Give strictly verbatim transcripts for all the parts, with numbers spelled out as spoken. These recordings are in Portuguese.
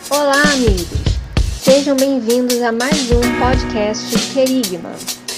Olá, amigos! Sejam bem-vindos a mais um podcast Querigma.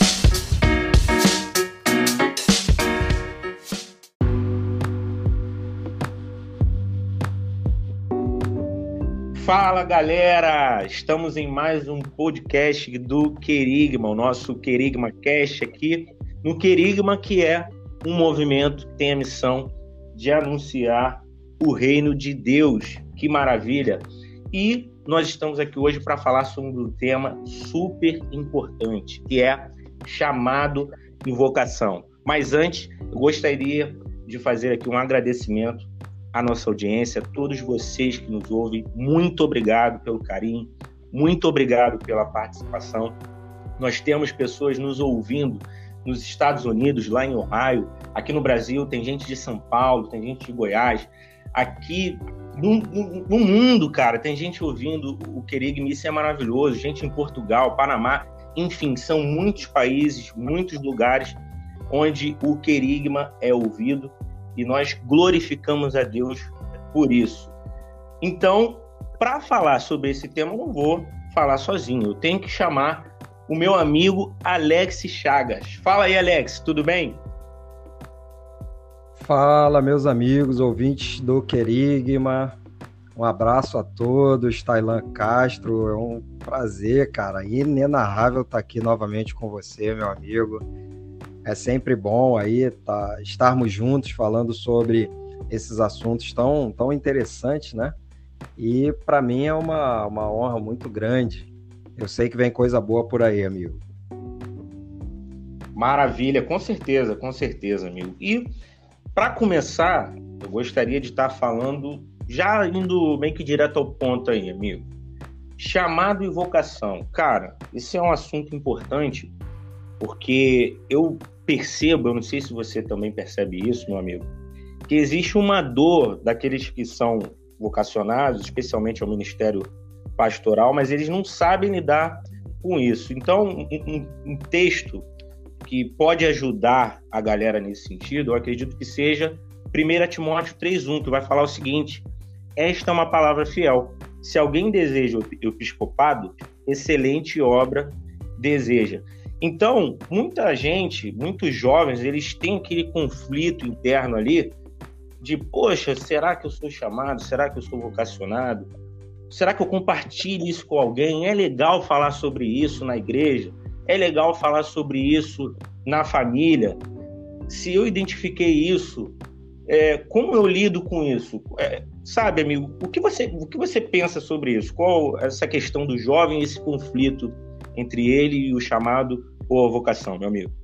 Fala, galera! Estamos em mais um podcast do Querigma, o nosso Querigma Cast aqui no Querigma, que é um movimento que tem a missão de anunciar o reino de Deus. Que maravilha! E nós estamos aqui hoje para falar sobre um tema super importante, que é chamado e vocação. Mas antes, eu gostaria de fazer aqui um agradecimento à nossa audiência, a todos vocês que nos ouvem. Muito obrigado pelo carinho, muito obrigado pela participação. Nós temos pessoas nos ouvindo nos Estados Unidos, lá em Ohio, aqui no Brasil tem gente de São Paulo, tem gente de Goiás, aqui no, no, no mundo, cara, tem gente ouvindo o Querigma, isso é maravilhoso, gente em Portugal, Panamá, enfim, são muitos países, muitos lugares onde o Querigma é ouvido e nós glorificamos a Deus por isso. Então, para falar sobre esse tema, eu não vou falar sozinho, eu tenho que chamar o meu amigo Alex Chagas. Fala aí, Alex, tudo bem? Fala, meus amigos, ouvintes do Querigma. Um abraço a todos. Tailan Castro, é um prazer, cara, inenarrável estar aqui novamente com você, meu amigo. É sempre bom aí tá, estarmos juntos falando sobre esses assuntos tão, tão interessantes, né? E para mim é uma, uma honra muito grande. Eu sei que vem coisa boa por aí, amigo. Maravilha, com certeza, com certeza, amigo. E para começar, eu gostaria de estar falando, já indo meio que direto ao ponto aí, amigo. Chamado e vocação. Cara, esse é um assunto importante, porque eu percebo, eu não sei se você também percebe isso, meu amigo, que existe uma dor daqueles que são vocacionados, especialmente ao ministério pastoral, mas eles não sabem lidar com isso. Então, um, um, um texto que pode ajudar a galera nesse sentido, eu acredito que seja primeiro Timóteo três um, que vai falar o seguinte: esta é uma palavra fiel. Se alguém deseja o episcopado, excelente obra deseja. Então, muita gente, muitos jovens, eles têm aquele conflito interno ali de, poxa, será que eu sou chamado? Será que eu sou vocacionado? Será que eu compartilho isso com alguém? É legal falar sobre isso na igreja? É legal falar sobre isso na família? Se eu identifiquei isso, é, como eu lido com isso? É, sabe, amigo, o que, você, o que você pensa sobre isso? Qual essa questão do jovem, esse conflito entre ele e o chamado ou a vocação, meu amigo?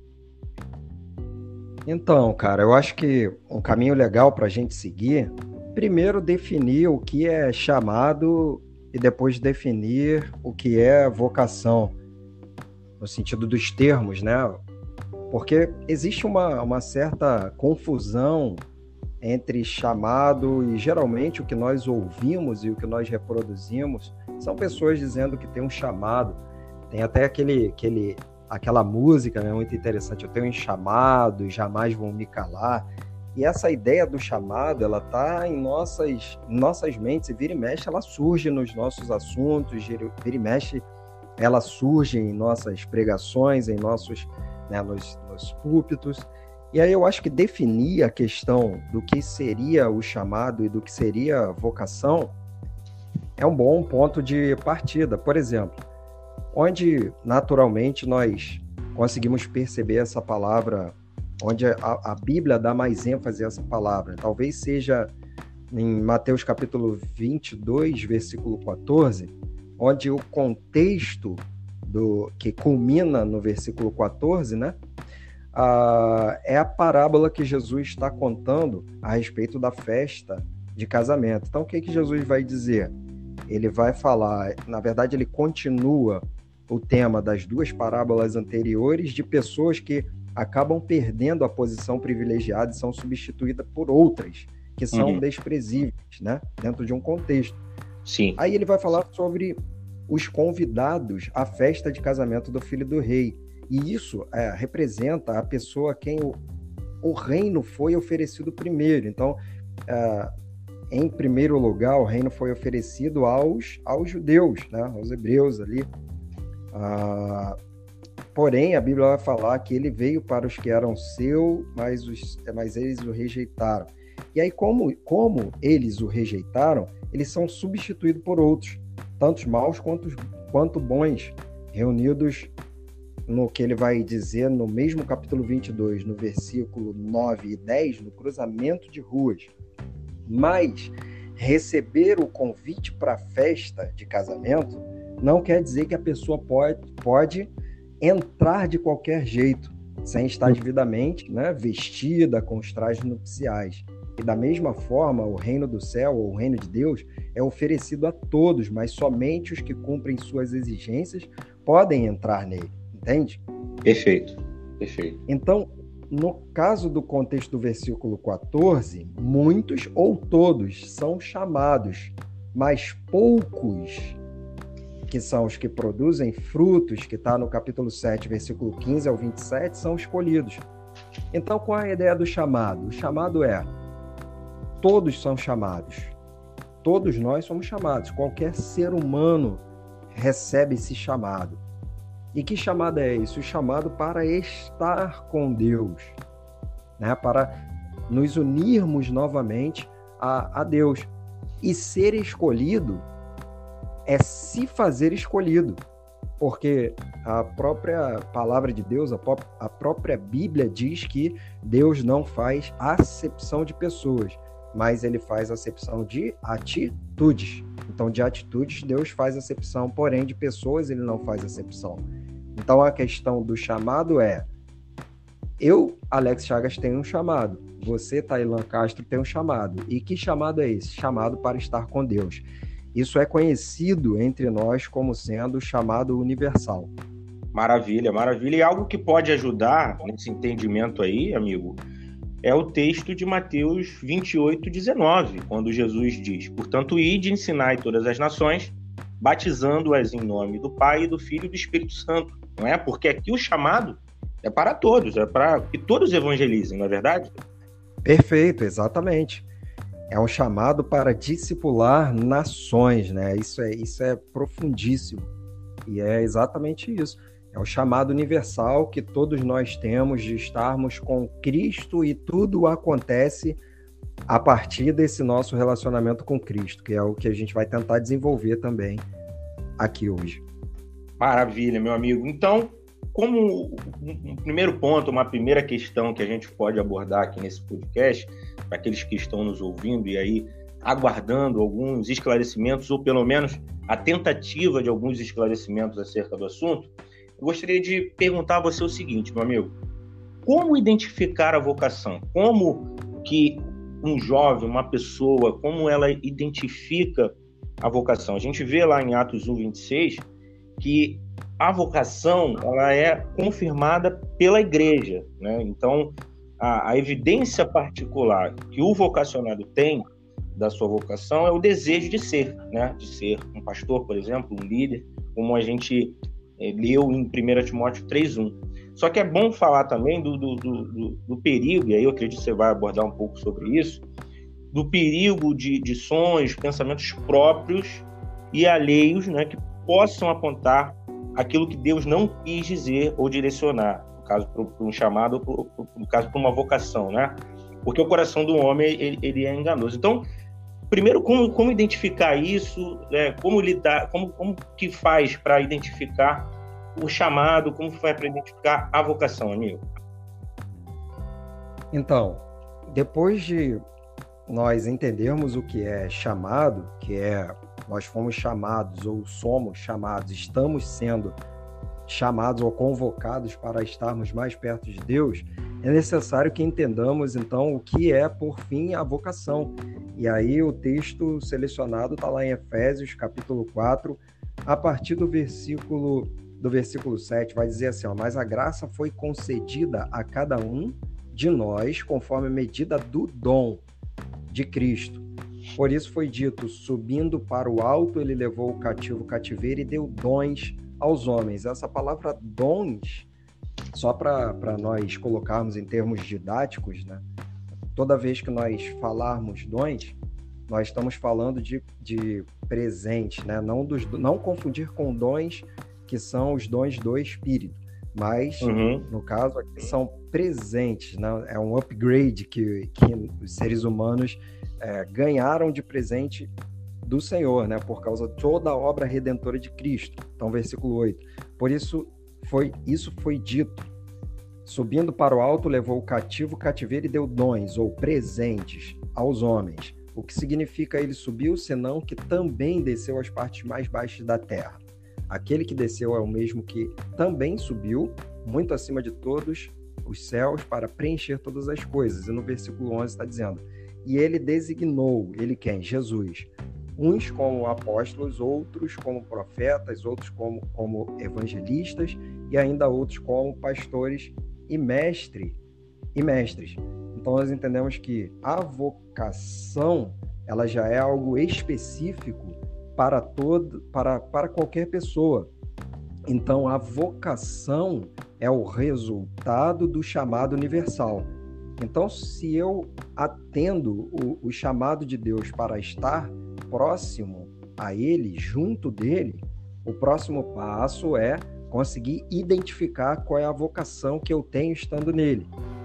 Então, cara, eu acho que um caminho legal para a gente seguir, primeiro definir o que é chamado e depois definir o que é vocação, no sentido dos termos, né? Porque existe uma, uma certa confusão entre chamado e geralmente o que nós ouvimos e o que nós reproduzimos são pessoas dizendo que tem um chamado. Tem até aquele, aquele, aquela música, né, muito interessante, eu tenho um chamado e jamais vão me calar. E essa ideia do chamado, ela está em nossas, nossas mentes, e vira e mexe, ela surge nos nossos assuntos, vira e mexe, ela surge em nossas pregações, em nossos, né, nos, nos púlpitos. E aí eu acho que definir a questão do que seria o chamado e do que seria a vocação é um bom ponto de partida. Por exemplo, onde naturalmente nós conseguimos perceber essa palavra, onde a, a Bíblia dá mais ênfase a essa palavra, talvez seja em Mateus capítulo vinte e dois, versículo quatorze, onde o contexto do, que culmina no versículo quatorze, né, ah, é a parábola que Jesus está contando a respeito da festa de casamento. Então, o que, que Jesus vai dizer? Ele vai falar, na verdade, ele continua o tema das duas parábolas anteriores de pessoas que acabam perdendo a posição privilegiada e são substituídas por outras, que são uhum. desprezíveis, né? Dentro de um contexto. Sim. Aí ele vai falar sobre os convidados à festa de casamento do filho do rei. E isso é, representa a pessoa a quem o, o reino foi oferecido primeiro. Então, é, em primeiro lugar, o reino foi oferecido aos, aos judeus, né? Aos hebreus ali. Ah, porém, a Bíblia vai falar que ele veio para os que eram seu, mas, os, mas eles o rejeitaram. E aí, como, como eles o rejeitaram, eles são substituídos por outros, tanto maus quanto, quanto bons, reunidos no que ele vai dizer no mesmo capítulo vinte e dois, no versículo nove e dez, no cruzamento de ruas. Mas receber o convite para a festa de casamento não quer dizer que a pessoa pode, pode entrar de qualquer jeito, sem estar devidamente, né, vestida com os trajes nupciais. E da mesma forma, o reino do céu, ou o reino de Deus, é oferecido a todos, mas somente os que cumprem suas exigências podem entrar nele. Entende? Perfeito, perfeito. Então, no caso do contexto do versículo quatorze, muitos ou todos são chamados, mas poucos, que são os que produzem frutos, que está no capítulo sete, versículo quinze ao vinte e sete, são escolhidos. Então, qual é a ideia do chamado? O chamado é, todos são chamados. Todos nós somos chamados. Qualquer ser humano recebe esse chamado. E que chamado é esse? O chamado para estar com Deus, né? Para nos unirmos novamente a, a Deus. E ser escolhido é se fazer escolhido, porque a própria palavra de Deus, a, pró- a própria Bíblia diz que Deus não faz acepção de pessoas, mas ele faz acepção de atitudes. Então, de atitudes, Deus faz acepção, porém, de pessoas, ele não faz acepção. Então, a questão do chamado é: eu, Alex Chagas, tenho um chamado. Você, Tailan Castro, tem um chamado. E que chamado é esse? Chamado para estar com Deus. Isso é conhecido entre nós como sendo o chamado universal. Maravilha, maravilha. E algo que pode ajudar nesse entendimento aí, amigo, é o texto de Mateus vinte e oito, dezenove, quando Jesus diz: portanto, ide e ensinai todas as nações, batizando-as em nome do Pai, e do Filho e do Espírito Santo. Não é? Porque aqui o chamado é para todos, é para que todos evangelizem, não é verdade? Perfeito, exatamente. É um chamado para discipular nações, né? Isso é, isso é profundíssimo. E é exatamente isso. É o chamado universal que todos nós temos de estarmos com Cristo, e tudo acontece a partir desse nosso relacionamento com Cristo, que é o que a gente vai tentar desenvolver também aqui hoje. Maravilha, meu amigo. Então, como um primeiro ponto, uma primeira questão que a gente pode abordar aqui nesse podcast, para aqueles que estão nos ouvindo e aí aguardando alguns esclarecimentos, ou pelo menos a tentativa de alguns esclarecimentos acerca do assunto, eu gostaria de perguntar a você o seguinte, meu amigo: como identificar a vocação? Como que um jovem, uma pessoa, como ela identifica a vocação? A gente vê lá em Atos um, vinte e seis, que a vocação ela é confirmada pela igreja, né? Então, a, a evidência particular que o vocacionado tem da sua vocação é o desejo de ser, né? De ser um pastor, por exemplo, um líder, como a gente é, leu em primeiro Timóteo três, um. Só que é bom falar também do, do, do, do perigo, e aí eu acredito que você vai abordar um pouco sobre isso, do perigo de, de sonhos, pensamentos próprios e alheios, né, que possam apontar aquilo que Deus não quis dizer ou direcionar, no caso para um chamado, no caso para uma vocação, né? Porque o coração do homem ele, ele é enganoso. Então, primeiro, como, como identificar isso, né? Como lidar, como, como que faz para identificar o chamado, como faz para identificar a vocação, amigo? Então, depois de nós entendermos o que é chamado, que é nós fomos chamados ou somos chamados, estamos sendo chamados ou convocados para estarmos mais perto de Deus, é necessário que entendamos, então, o que é, por fim, a vocação. E aí o texto selecionado está lá em Efésios, capítulo quatro, a partir do versículo, do versículo sete, vai dizer assim, ó, mas a graça foi concedida a cada um de nós conforme a medida do dom de Cristo. Por isso foi dito, subindo para o alto, ele levou o cativo cativeiro e deu dons aos homens. Essa palavra dons, só para nós colocarmos em termos didáticos, né? Toda vez que nós falarmos dons, nós estamos falando de, de presente, né? Não, dos, não confundir com dons, que são os dons do Espírito, mas, uhum. no caso, aqui são presentes, né? É um upgrade que, que os seres humanos é, ganharam de presente do Senhor, né? Por causa de toda a obra redentora de Cristo. Então, versículo oito. Por isso foi, isso foi dito. Subindo para o alto, levou o cativo o cativeiro e deu dons, ou presentes, aos homens. O que significa ele subiu, senão que também desceu às partes mais baixas da terra. Aquele que desceu é o mesmo que também subiu, muito acima de todos os céus, para preencher todas as coisas. E no versículo onze está dizendo, e ele designou, ele quem? Jesus. Uns como apóstolos, outros como profetas, outros como, como evangelistas e ainda outros como pastores e, mestre, e mestres. Então nós entendemos que a vocação ela já é algo específico para, todo, para, para qualquer pessoa. Então a vocação é o resultado do chamado universal. Então se eu atendo o, o chamado de Deus para estar próximo a ele, junto dele, o próximo passo é conseguir identificar qual é a vocação que eu tenho estando nele.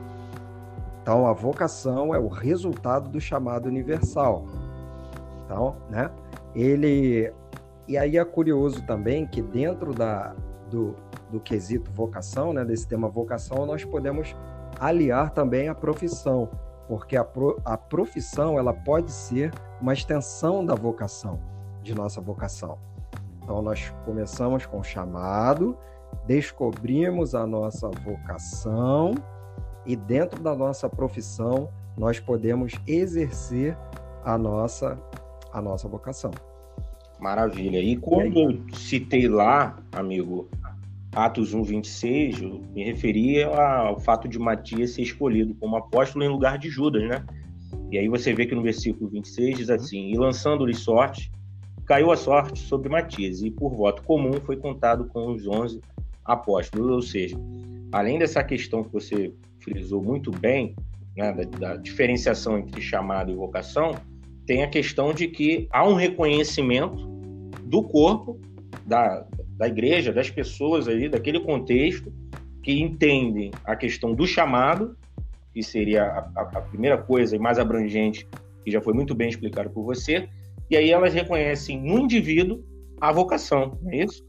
Então, a vocação é o resultado do chamado universal. Então, né? Ele... E aí é curioso também que dentro da, do, do quesito vocação, né, desse tema vocação, nós podemos aliar também a profissão, porque a, pro, a profissão ela pode ser uma extensão da vocação, de nossa vocação. Então, nós começamos com o chamado, descobrimos a nossa vocação e dentro da nossa profissão nós podemos exercer a nossa, a nossa vocação. Maravilha. E quando eu citei lá, amigo, Atos um, vinte e seis, eu me referia ao fato de Matias ser escolhido como apóstolo em lugar de Judas, né? E aí você vê que no versículo vinte e seis diz assim, e lançando-lhe sorte, caiu a sorte sobre Matias, e por voto comum foi contado com os onze apóstolos. Ou seja, além dessa questão que você frisou muito bem, né, da, da diferenciação entre chamado e vocação, tem a questão de que há um reconhecimento do corpo, da, da igreja, das pessoas ali, daquele contexto, que entendem a questão do chamado, que seria a, a, a primeira coisa e mais abrangente, que já foi muito bem explicado por você, e aí elas reconhecem no indivíduo a vocação, não é isso?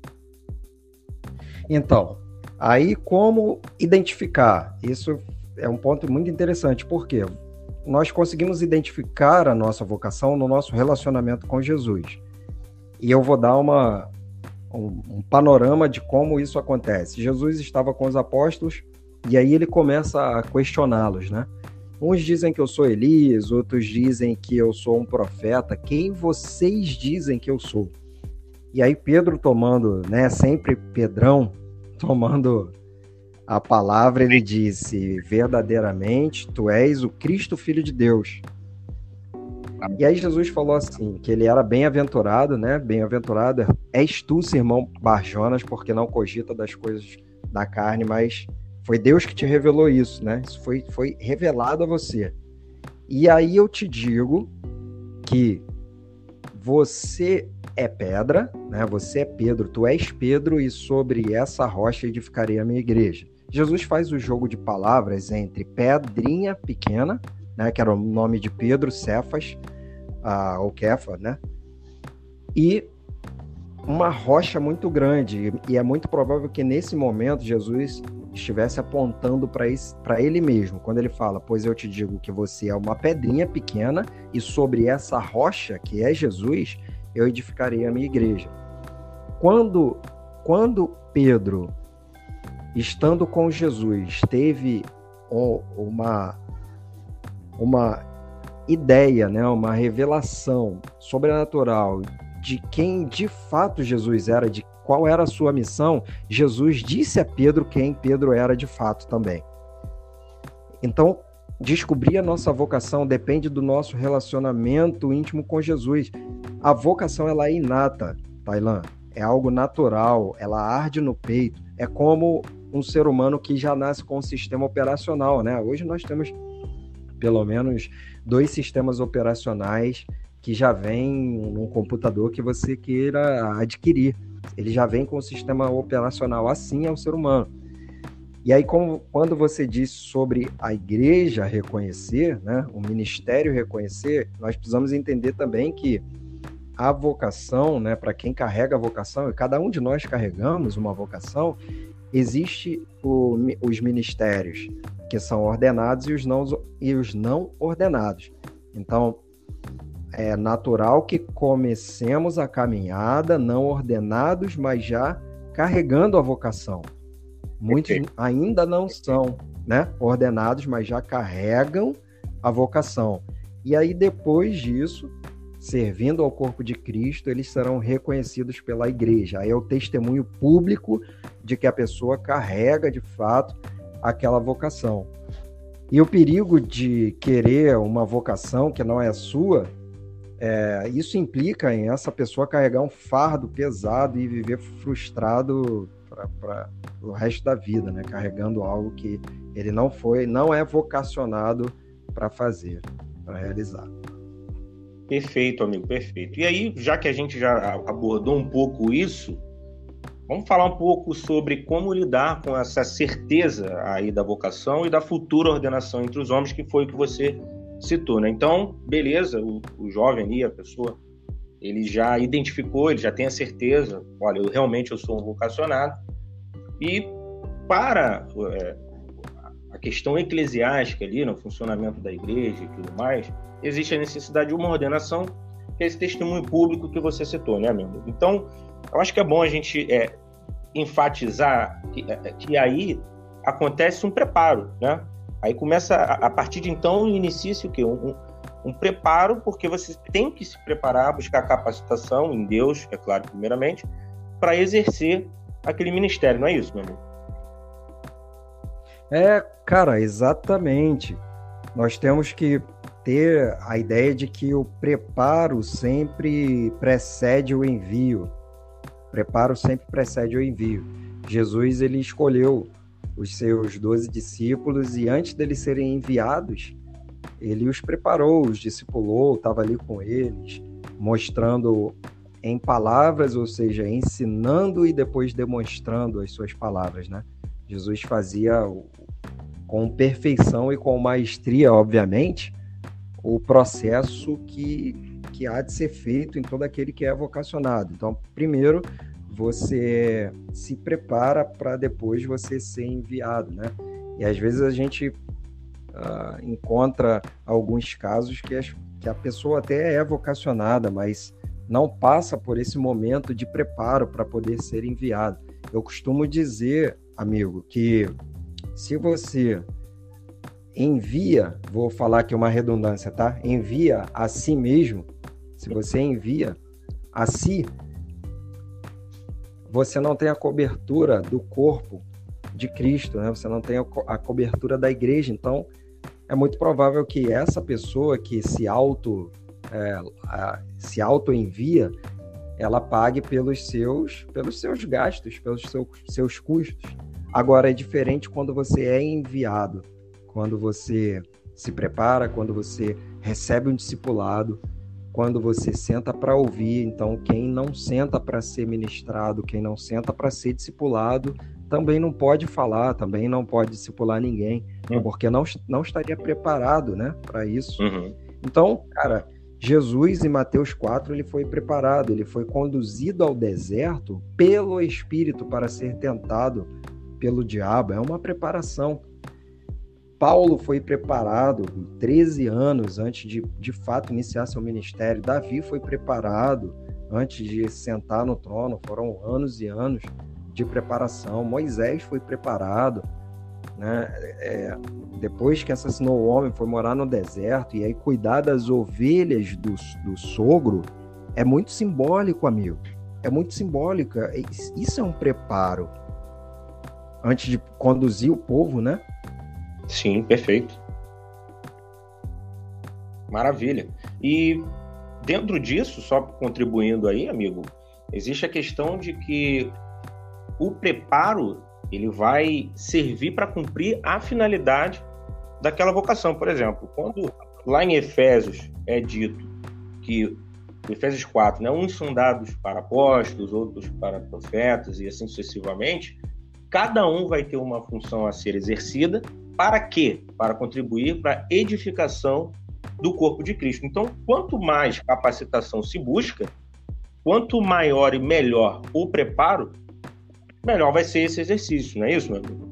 Então, aí como identificar? Isso é um ponto muito interessante, porque nós conseguimos identificar a nossa vocação no nosso relacionamento com Jesus. E eu vou dar uma, um, um panorama de como isso acontece. Jesus estava com os apóstolos e aí ele começa a questioná-los, né? Uns dizem que eu sou Elias, outros dizem que eu sou um profeta. Quem vocês dizem que eu sou? E aí Pedro tomando, né, sempre Pedrão, tomando a palavra, ele disse, verdadeiramente, tu és o Cristo, Filho de Deus. E aí Jesus falou assim, que ele era bem-aventurado, né? Bem-aventurado, és tu, irmão Barjonas, porque não cogita das coisas da carne, mas foi Deus que te revelou isso, né? Isso foi, foi revelado a você. E aí eu te digo que você é pedra, né? Você é Pedro, tu és Pedro, e sobre essa rocha edificarei a minha igreja. Jesus faz o jogo de palavras entre pedrinha pequena, né, que era o nome de Pedro, Cefas, ah, ou Kefa, né, e uma rocha muito grande, e é muito provável que nesse momento Jesus estivesse apontando para ele mesmo, quando ele fala, pois eu te digo que você é uma pedrinha pequena, e sobre essa rocha, que é Jesus, eu edificarei a minha igreja. Quando, quando Pedro, estando com Jesus, teve uma, uma ideia, né, uma revelação sobrenatural de quem de fato Jesus era, de qual era a sua missão, Jesus disse a Pedro quem Pedro era de fato também. Então, descobrir a nossa vocação depende do nosso relacionamento íntimo com Jesus. A vocação, ela é inata, Tailan, é algo natural, ela arde no peito, é como um ser humano que já nasce com um sistema operacional, né? Hoje nós temos pelo menos dois sistemas operacionais que já vem num computador que você queira adquirir. Ele já vem com o sistema operacional, assim é o ser humano. E aí, como, quando você disse sobre a igreja reconhecer, né, o ministério reconhecer, nós precisamos entender também que a vocação, né, para quem carrega a vocação, e cada um de nós carregamos uma vocação, existe o, os ministérios que são ordenados e os, não, e os não ordenados. Então, é natural que comecemos a caminhada não ordenados, mas já carregando a vocação. Muitos ainda não são, né, ordenados, mas já carregam a vocação. E aí, depois disso, servindo ao corpo de Cristo, eles serão reconhecidos pela igreja. Aí é o testemunho público de que a pessoa carrega, de fato, aquela vocação. E o perigo de querer uma vocação que não é sua, é, isso implica em essa pessoa carregar um fardo pesado e viver frustrado para o resto da vida, né? Carregando algo que ele não foi, não é vocacionado para fazer, para realizar. Perfeito, amigo, perfeito. E aí, já que a gente já abordou um pouco isso, vamos falar um pouco sobre como lidar com essa certeza aí da vocação e da futura ordenação entre os homens, que foi o que você citou, né? Então, beleza, o, o jovem ali, a pessoa, ele já identificou, ele já tem a certeza, olha, eu realmente eu sou um vocacionado. E para é, a questão eclesiástica ali, no funcionamento da igreja e tudo mais, existe a necessidade de uma ordenação, que é esse testemunho público que você citou, né, amigo? Então, eu acho que é bom a gente é, enfatizar que, é, que aí acontece um preparo, né? Aí começa, a, a partir de então, inicia-se o quê? Um, um, um preparo, porque você tem que se preparar, buscar capacitação em Deus, é claro, primeiramente, para exercer aquele ministério, não é isso, meu amigo? É, cara, exatamente. Nós temos que ter a ideia de que o preparo sempre precede o envio. Preparo sempre precede o envio. Jesus, ele escolheu os seus doze discípulos e antes deles serem enviados, ele os preparou, os discipulou, estava ali com eles, mostrando em palavras, ou seja, ensinando e depois demonstrando as suas palavras, né? Jesus fazia com perfeição e com maestria, obviamente, o processo que, que há de ser feito em todo aquele que é vocacionado. Então, primeiro, você se prepara para depois você ser enviado, né? E às vezes a gente uh, encontra alguns casos que, as, que a pessoa até é vocacionada, mas não passa por esse momento de preparo para poder ser enviado. Eu costumo dizer, amigo, que se você envia, vou falar aqui uma redundância, tá? Envia a si mesmo, se você envia a si, você não tem a cobertura do corpo de Cristo, né? Você não tem a cobertura da igreja, então é muito provável que essa pessoa que se auto É, a, se auto-envia, ela pague pelos seus, pelos seus gastos, pelos seus, seus custos. Agora, é diferente quando você é enviado, quando você se prepara, quando você recebe um discipulado, quando você senta para ouvir. Então, quem não senta para ser ministrado, quem não senta para ser discipulado, também não pode falar, também não pode discipular ninguém, uhum. porque não, não estaria preparado, né, para isso. Uhum. Então, cara, Jesus, em Mateus quatro, ele foi preparado, ele foi conduzido ao deserto pelo Espírito para ser tentado pelo diabo. É uma preparação. Paulo foi preparado treze anos antes de, de fato, iniciar seu ministério. Davi foi preparado antes de sentar no trono. Foram anos e anos de preparação. Moisés foi preparado, né? É, depois que assassinou o homem, foi morar no deserto e aí cuidar das ovelhas do, do sogro é muito simbólico, amigo. É muito simbólico. Isso é um preparo antes de conduzir o povo, né? Sim, perfeito. Maravilha. E dentro disso, só contribuindo aí, amigo, existe a questão de que o preparo ele vai servir para cumprir a finalidade daquela vocação. Por exemplo, quando lá em Efésios é dito que Efésios quatro, né? Uns são dados para apóstolos, outros para profetas e assim sucessivamente. Cada um vai ter uma função a ser exercida. Para quê? Para contribuir para a edificação do corpo de Cristo. Então, quanto mais capacitação se busca, quanto maior e melhor o preparo, melhor vai ser esse exercício, não é isso, meu amigo?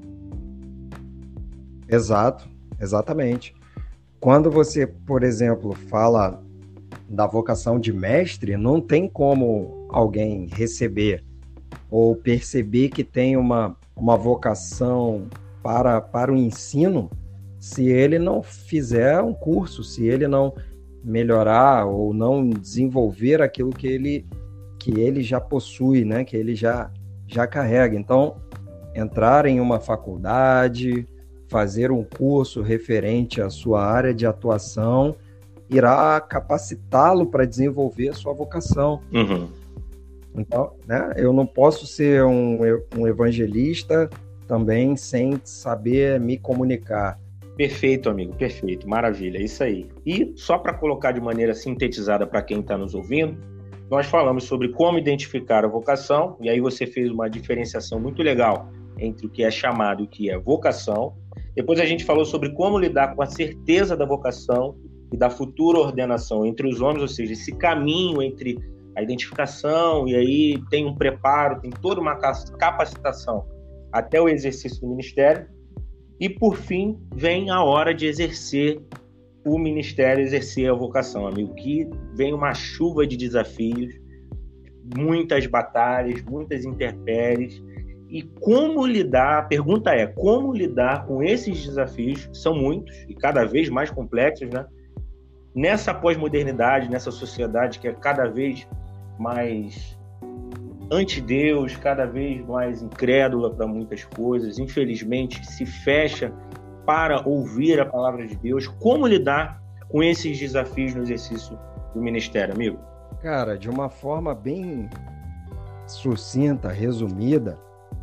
Exato, exatamente. Quando você, por exemplo, fala da vocação de mestre, não tem como alguém receber ou perceber que tem uma, uma vocação para, para o ensino se ele não fizer um curso, se ele não melhorar ou não desenvolver aquilo que ele, que ele já possui, né? Que ele já, já carrega. Então, entrar em uma faculdade, fazer um curso referente à sua área de atuação, irá capacitá-lo para desenvolver a sua vocação. Uhum. Então, né, eu não posso ser um, um evangelista também sem saber me comunicar. Perfeito, amigo, perfeito, maravilha, é isso aí. E só para colocar de maneira sintetizada para quem está nos ouvindo, nós falamos sobre como identificar a vocação, e aí você fez uma diferenciação muito legal entre o que é chamado e o que é vocação. Depois a gente falou sobre como lidar com a certeza da vocação e da futura ordenação entre os homens, ou seja, esse caminho entre a identificação e aí tem um preparo, tem toda uma capacitação até o exercício do ministério. E, por fim, vem a hora de exercer o ministério, exercer a vocação, amigo, que vem uma chuva de desafios, muitas batalhas, muitas intempéries. E como lidar, a pergunta é, como lidar com esses desafios, que são muitos e cada vez mais complexos, né? Nessa pós-modernidade, nessa sociedade que é cada vez mais anti-Deus, cada vez mais incrédula para muitas coisas, infelizmente se fecha para ouvir a palavra de Deus. Como lidar com esses desafios no exercício do ministério, amigo? Cara, de uma forma bem sucinta, resumida,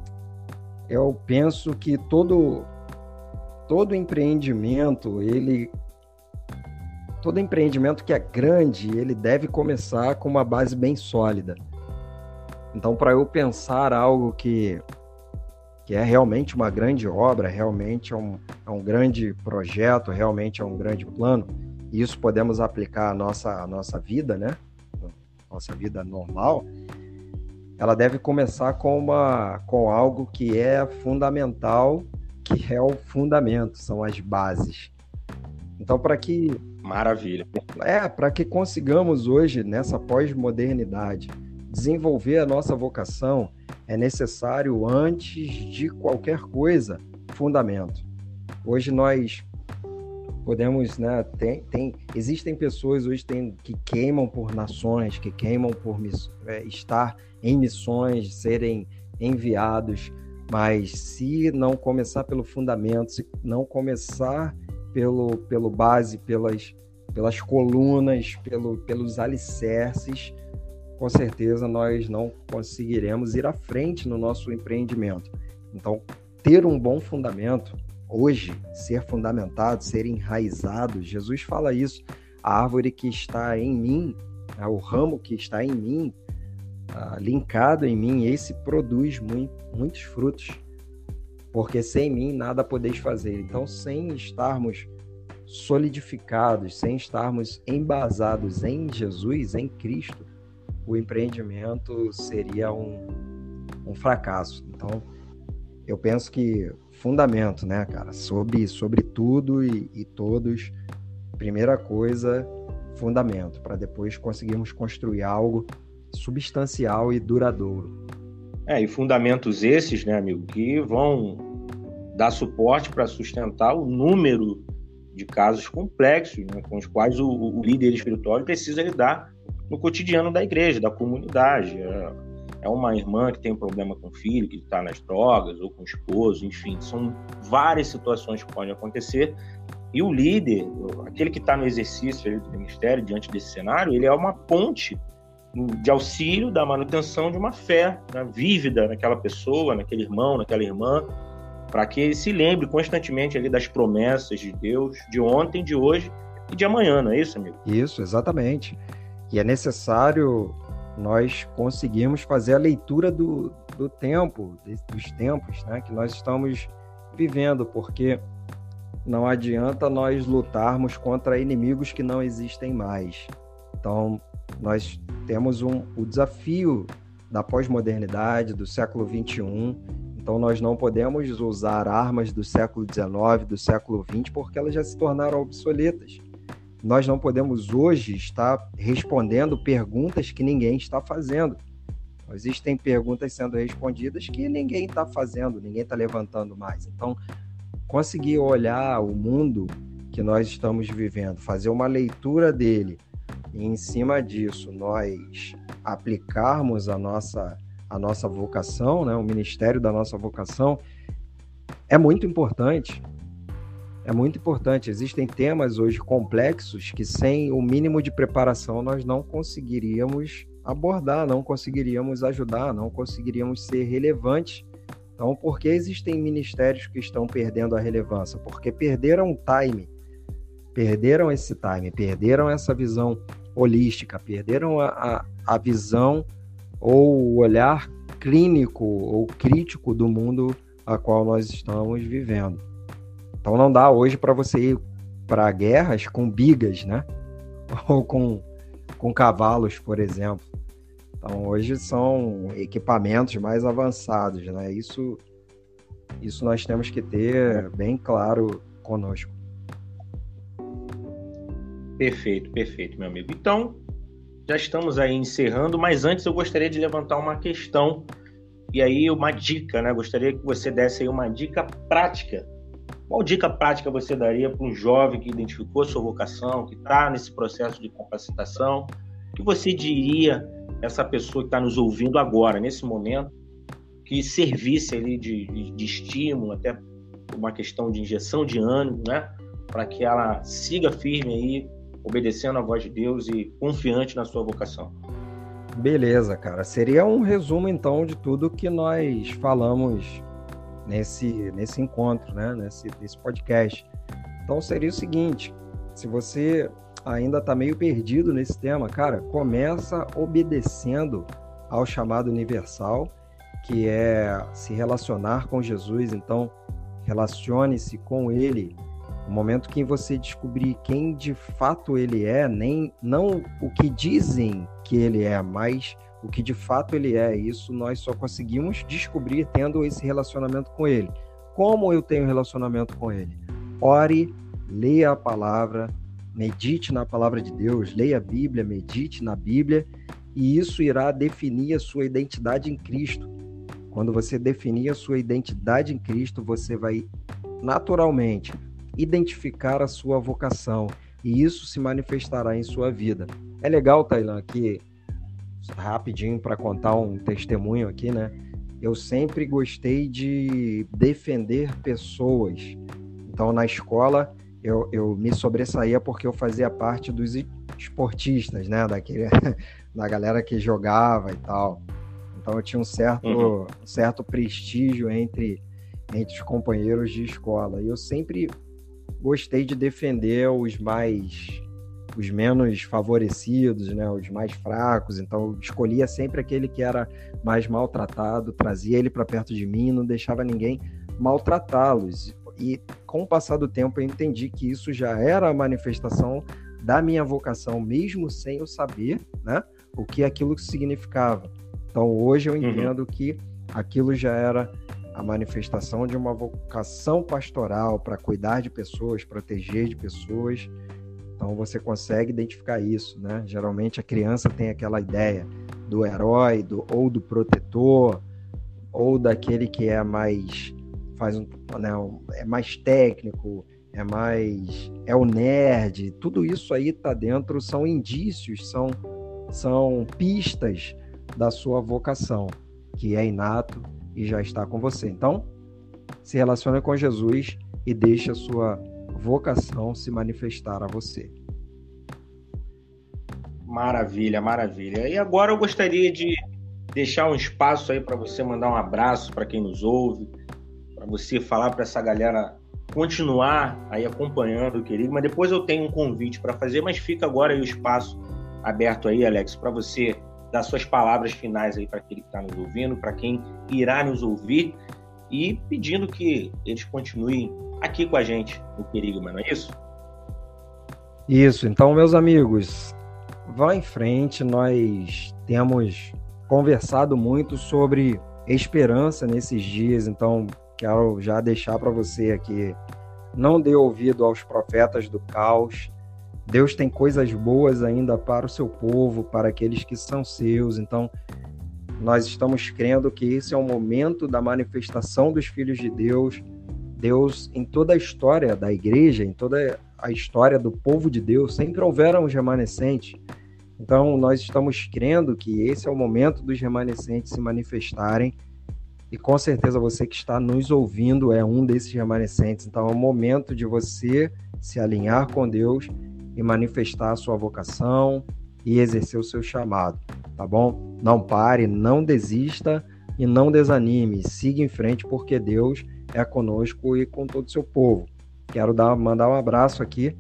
eu penso que todo, todo empreendimento, ele, todo empreendimento que é grande, ele deve começar com uma base bem sólida. Então, para eu pensar algo que, que é realmente uma grande obra, realmente é um, é um grande projeto, realmente é um grande plano, e isso podemos aplicar à nossa, à nossa vida, né? Nossa vida normal, ela deve começar com, uma, com algo que é fundamental, que é o fundamento, são as bases. Então, para que... Maravilha. É, para que consigamos hoje, nessa pós-modernidade, desenvolver a nossa vocação, é necessário, antes de qualquer coisa, fundamento. Hoje nós podemos, né, tem, tem, existem pessoas hoje tem, que queimam por nações, que queimam por é, estar em missões, serem enviados, mas se não começar pelo fundamento, se não começar pelo, pelo base, pelas, pelas colunas, pelo, pelos alicerces, com certeza nós não conseguiremos ir à frente no nosso empreendimento. Então, ter um bom fundamento, hoje, ser fundamentado, ser enraizado, Jesus fala isso, a árvore que está em mim, o ramo que está em mim, linkado em mim, esse produz muito, muitos frutos, porque sem mim nada podeis fazer. Então, sem estarmos solidificados, sem estarmos embasados em Jesus, em Cristo, o empreendimento seria um, um fracasso. Então, eu penso que fundamento, né, cara, sobre, sobre tudo e, e todos, primeira coisa, fundamento, para depois conseguirmos construir algo substancial e duradouro. É, e fundamentos esses, né, amigo, que vão dar suporte para sustentar o número de casos complexos, né, com os quais o, o líder espiritual precisa lidar no cotidiano da igreja, da comunidade. É, é uma irmã que tem um problema com o filho, que está nas drogas, ou com o esposo, enfim, são várias situações que podem acontecer. E o líder, aquele que está no exercício do ministério, diante desse cenário, ele é uma ponte de auxílio da manutenção de uma fé, né, vívida naquela pessoa, naquele irmão, naquela irmã, para que ele se lembre constantemente ali das promessas de Deus, de ontem, de hoje e de amanhã, não é isso, amigo? Isso, exatamente. E é necessário nós conseguirmos fazer a leitura do, do tempo, dos tempos, né, que nós estamos vivendo, porque não adianta nós lutarmos contra inimigos que não existem mais. Então, nós temos um, o desafio da pós-modernidade, do século vinte e um. Então, nós não podemos usar armas do século dezenove, do século vinte, porque elas já se tornaram obsoletas. Nós não podemos hoje estar respondendo perguntas que ninguém está fazendo. Existem perguntas sendo respondidas que ninguém está fazendo, ninguém está levantando mais. Então, conseguir olhar o mundo que nós estamos vivendo, fazer uma leitura dele, e em cima disso nós aplicarmos a nossa, a nossa vocação, né, o ministério da nossa vocação, é muito importante. É muito importante. Existem temas hoje complexos que sem o mínimo de preparação nós não conseguiríamos abordar, não conseguiríamos ajudar, não conseguiríamos ser relevantes. Então, por que existem ministérios que estão perdendo a relevância? Porque perderam o time, perderam esse time, perderam essa visão holística, perderam a, a, a visão ou o olhar clínico ou crítico do mundo a qual nós estamos vivendo. Então não dá hoje para você ir para guerras com bigas, né? Ou com, com cavalos, por exemplo. Então hoje são equipamentos mais avançados, né? Isso, isso nós temos que ter bem claro conosco. Perfeito, perfeito, meu amigo. Então, já estamos aí encerrando, mas antes eu gostaria de levantar uma questão e aí uma dica, né? Gostaria que você desse aí uma dica prática. Qual dica prática você daria para um jovem que identificou sua vocação, que está nesse processo de capacitação? O que você diria a essa pessoa que está nos ouvindo agora, nesse momento, que servisse ali de, de, de estímulo, até uma questão de injeção de ânimo, né? Para que ela siga firme aí, obedecendo a voz de Deus e confiante na sua vocação? Beleza, cara. Seria um resumo, então, de tudo que nós falamos nesse, nesse encontro, né? Nesse, nesse podcast. Então, seria o seguinte, se você ainda está meio perdido nesse tema, cara, começa obedecendo ao chamado universal, que é se relacionar com Jesus. Então, relacione-se com Ele. No momento que você descobrir quem de fato Ele é, nem, não o que dizem que Ele é, mas o que de fato Ele é. Isso nós só conseguimos descobrir tendo esse relacionamento com Ele. Como eu tenho relacionamento com Ele? Ore, leia a palavra, medite na palavra de Deus, leia a Bíblia, medite na Bíblia, e isso irá definir a sua identidade em Cristo. Quando você definir a sua identidade em Cristo, você vai naturalmente identificar a sua vocação, e isso se manifestará em sua vida. É legal, Tailan, aqui, rapidinho, para contar um testemunho aqui, né? Eu sempre gostei de defender pessoas. Então, na escola, eu, eu me sobressaía porque eu fazia parte dos esportistas, né? Daquele, da galera que jogava e tal. Então, eu tinha um certo, uhum. um certo prestígio entre, entre os companheiros de escola. E eu sempre gostei de defender os mais, os menos favorecidos, né? Os mais fracos. Então, eu escolhia sempre aquele que era mais maltratado, trazia ele para perto de mim, não deixava ninguém maltratá-los. E com o passar do tempo eu entendi que isso já era a manifestação da minha vocação, mesmo sem eu saber, né, o que aquilo significava. Então, hoje eu entendo uhum. que aquilo já era a manifestação de uma vocação pastoral para cuidar de pessoas, proteger de pessoas. Então você consegue identificar isso, né? Geralmente a criança tem aquela ideia do herói, do, ou do protetor, ou daquele que é mais, faz um, né, é mais técnico, é mais, é o nerd. Tudo isso aí está dentro, são indícios, são, são pistas da sua vocação, que é inato e já está com você. Então, se relacione com Jesus e deixe a sua vocação se manifestar a você. Maravilha, maravilha. E agora eu gostaria de deixar um espaço aí para você mandar um abraço para quem nos ouve, para você falar para essa galera continuar aí acompanhando o querido, mas depois eu tenho um convite para fazer, mas fica agora aí o espaço aberto aí, Alex, para você dar suas palavras finais aí para aquele que está nos ouvindo, para quem irá nos ouvir, e pedindo que eles continuem aqui com a gente no Querigma, não é isso? Isso, então, meus amigos, vá em frente. Nós temos conversado muito sobre esperança nesses dias, então quero já deixar para você aqui, não dê ouvido aos profetas do caos. Deus tem coisas boas ainda para o seu povo, para aqueles que são seus. Então, nós estamos crendo que esse é o momento da manifestação dos filhos de Deus. Deus, em toda a história da igreja, em toda a história do povo de Deus, sempre houveram os remanescentes. Então, nós estamos crendo que esse é o momento dos remanescentes se manifestarem. E com certeza você que está nos ouvindo é um desses remanescentes. Então, é o momento de você se alinhar com Deus e manifestar a sua vocação e exercer o seu chamado, tá bom? Não pare, não desista e não desanime. Siga em frente, porque Deus é conosco e com todo o seu povo. Quero dar, mandar um abraço aqui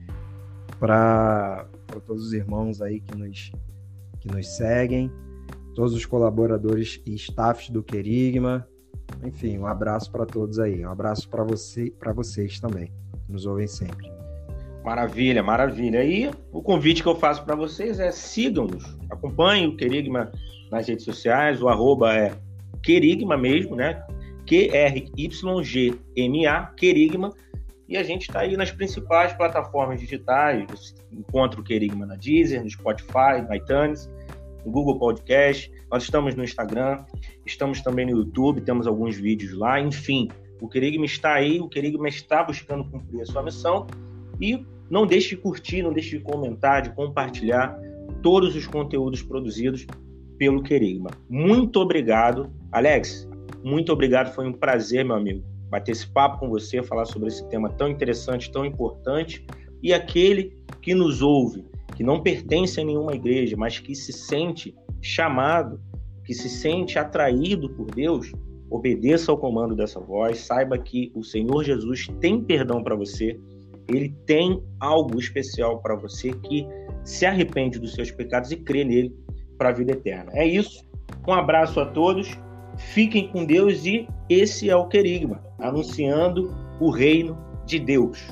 para todos os irmãos aí que nos, que nos seguem, todos os colaboradores e staffs do Querigma. Enfim, um abraço para todos aí. Um abraço para você, para vocês também. Nos ouvem sempre. Maravilha, maravilha. E o convite que eu faço para vocês é sigam-nos, acompanhem o Querigma nas redes sociais, o arroba é Querigma mesmo, né? Q R Y G M A, Querigma, e a gente está aí nas principais plataformas digitais. Você encontra o Querigma na Deezer, no Spotify, no iTunes, no Google Podcast. Nós estamos no Instagram, estamos também no YouTube, temos alguns vídeos lá. Enfim, o Querigma está aí, o Querigma está buscando cumprir a sua missão. E não deixe de curtir, não deixe de comentar, de compartilhar todos os conteúdos produzidos pelo Querigma. Muito obrigado. Alex, muito obrigado. Foi um prazer, meu amigo, bater esse papo com você, falar sobre esse tema tão interessante, tão importante. E aquele que nos ouve, que não pertence a nenhuma igreja, mas que se sente chamado, que se sente atraído por Deus, obedeça ao comando dessa voz. Saiba que o Senhor Jesus tem perdão para você. Ele tem algo especial para você que se arrepende dos seus pecados e crê nele para a vida eterna. É isso. Um abraço a todos. Fiquem com Deus e esse é o Querigma, anunciando o reino de Deus.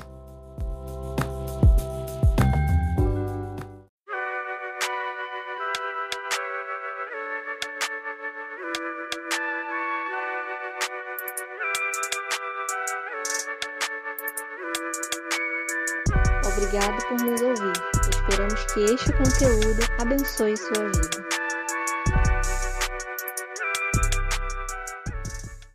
Obrigado por nos ouvir. Esperamos que este conteúdo abençoe sua vida.